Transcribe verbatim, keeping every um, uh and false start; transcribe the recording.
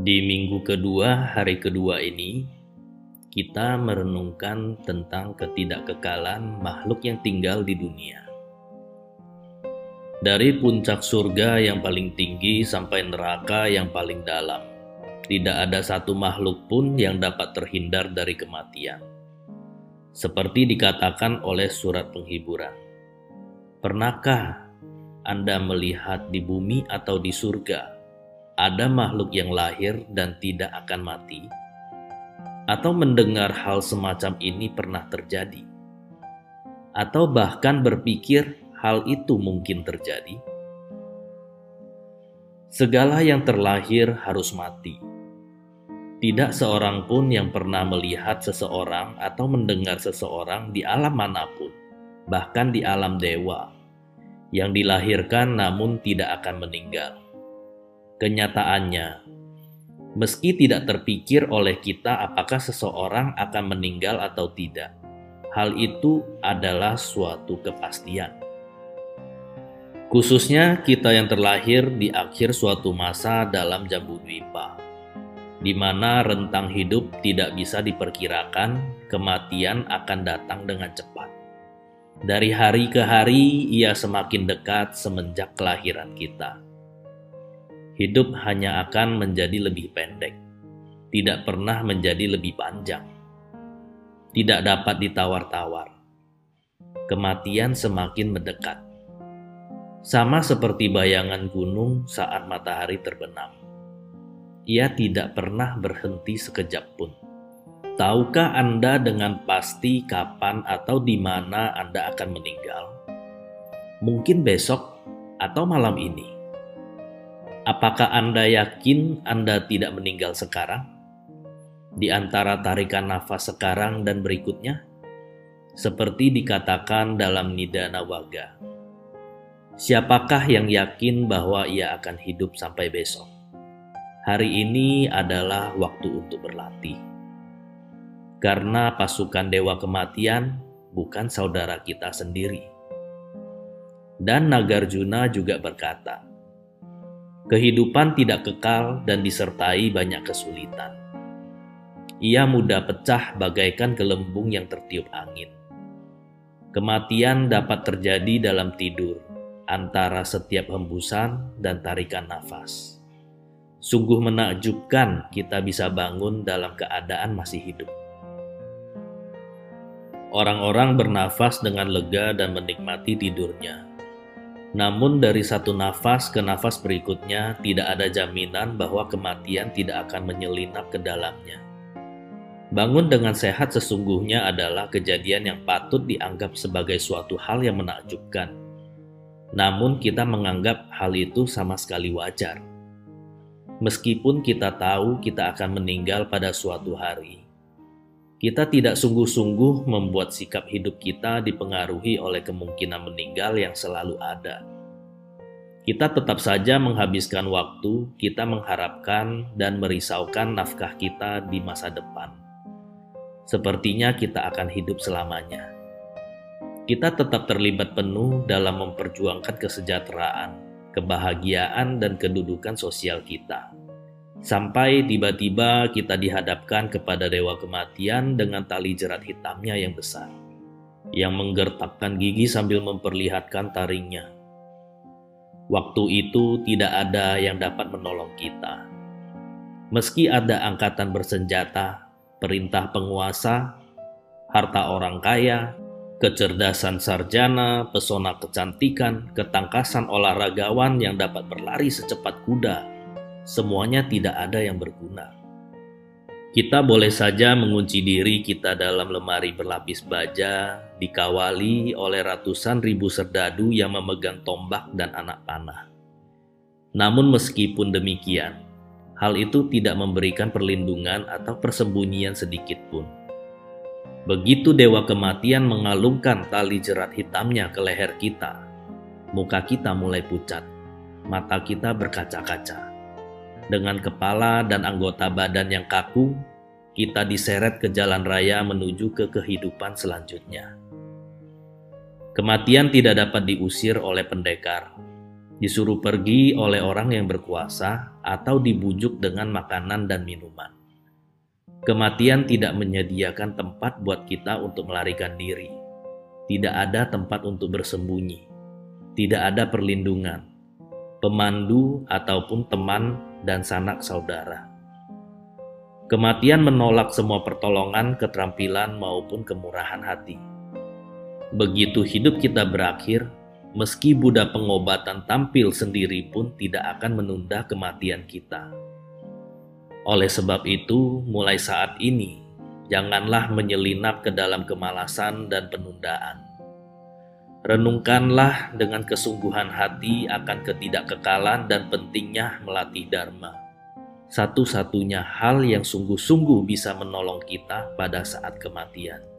Di minggu kedua, hari kedua ini, kita merenungkan tentang ketidakkekalan makhluk yang tinggal di dunia. Dari puncak surga yang paling tinggi sampai neraka yang paling dalam, tidak ada satu makhluk pun yang dapat terhindar dari kematian. Seperti dikatakan oleh surat penghiburan. Pernahkah Anda melihat di bumi atau di surga ada makhluk yang lahir dan tidak akan mati? Atau mendengar hal semacam ini pernah terjadi? Atau bahkan berpikir hal itu mungkin terjadi? Segala yang terlahir harus mati. Tidak seorang pun yang pernah melihat seseorang atau mendengar seseorang di alam manapun, bahkan di alam dewa, yang dilahirkan namun tidak akan meninggal. Kenyataannya, meski tidak terpikir oleh kita apakah seseorang akan meninggal atau tidak, hal itu adalah suatu kepastian. Khususnya kita yang terlahir di akhir suatu masa dalam Jambudwipa, di mana rentang hidup tidak bisa diperkirakan, kematian akan datang dengan cepat. Dari hari ke hari, ia semakin dekat semenjak kelahiran kita. Hidup hanya akan menjadi lebih pendek, tidak pernah menjadi lebih panjang. Tidak dapat ditawar-tawar. Kematian semakin mendekat. Sama seperti bayangan gunung saat matahari terbenam. Ia tidak pernah berhenti sekejap pun. Tahukah Anda dengan pasti kapan atau di mana Anda akan meninggal? Mungkin besok atau malam ini. Apakah Anda yakin Anda tidak meninggal sekarang? Di antara tarikan nafas sekarang dan berikutnya? Seperti dikatakan dalam Nidana Waga. Siapakah yang yakin bahwa ia akan hidup sampai besok? Hari ini adalah waktu untuk berlatih. Karena pasukan Dewa Kematian bukan saudara kita sendiri. Dan Nagarjuna juga berkata, kehidupan tidak kekal dan disertai banyak kesulitan. Ia mudah pecah bagaikan gelembung yang tertiup angin. Kematian dapat terjadi dalam tidur, antara setiap hembusan dan tarikan nafas. Sungguh menakjubkan kita bisa bangun dalam keadaan masih hidup. Orang-orang bernafas dengan lega dan menikmati tidurnya. Namun dari satu nafas ke nafas berikutnya tidak ada jaminan bahwa kematian tidak akan menyelinap ke dalamnya. Bangun dengan sehat sesungguhnya adalah kejadian yang patut dianggap sebagai suatu hal yang menakjubkan. Namun kita menganggap hal itu sama sekali wajar. Meskipun kita tahu kita akan meninggal pada suatu hari, kita tidak sungguh-sungguh membuat sikap hidup kita dipengaruhi oleh kemungkinan meninggal yang selalu ada. Kita tetap saja menghabiskan waktu, kita mengharapkan dan merisaukan nafkah kita di masa depan. Sepertinya kita akan hidup selamanya. Kita tetap terlibat penuh dalam memperjuangkan kesejahteraan, kebahagiaan dan kedudukan sosial kita. Sampai tiba-tiba kita dihadapkan kepada Dewa Kematian dengan tali jerat hitamnya yang besar, yang menggertakkan gigi sambil memperlihatkan taringnya. Waktu itu tidak ada yang dapat menolong kita. Meski ada angkatan bersenjata, perintah penguasa, harta orang kaya, kecerdasan sarjana, pesona kecantikan, ketangkasan olahragawan yang dapat berlari secepat kuda, semuanya tidak ada yang berguna. Kita boleh saja mengunci diri kita dalam lemari berlapis baja, dikawali oleh ratusan ribu serdadu yang memegang tombak dan anak panah. Namun meskipun demikian, hal itu tidak memberikan perlindungan atau persembunyian sedikit pun. Begitu Dewa Kematian mengalungkan tali jerat hitamnya ke leher kita, muka kita mulai pucat, mata kita berkaca-kaca. Dengan kepala dan anggota badan yang kaku, kita diseret ke jalan raya menuju ke kehidupan selanjutnya. Kematian tidak dapat diusir oleh pendekar. disuruh pergi oleh orang yang berkuasa, atau dibujuk dengan makanan dan minuman. Kematian tidak menyediakan tempat buat kita untuk melarikan diri. Tidak ada tempat untuk bersembunyi. Tidak ada perlindungan, pemandu ataupun teman dan sanak saudara. Kematian menolak semua pertolongan, keterampilan maupun kemurahan hati. Begitu hidup kita berakhir, meski Buddha pengobatan tampil sendiri pun tidak akan menunda kematian kita. Oleh sebab itu, mulai saat ini, janganlah menyelinap ke dalam kemalasan dan penundaan. Renungkanlah dengan kesungguhan hati akan ketidakkekalan dan pentingnya melatih dharma. Satu-satunya hal yang sungguh-sungguh bisa menolong kita pada saat kematian.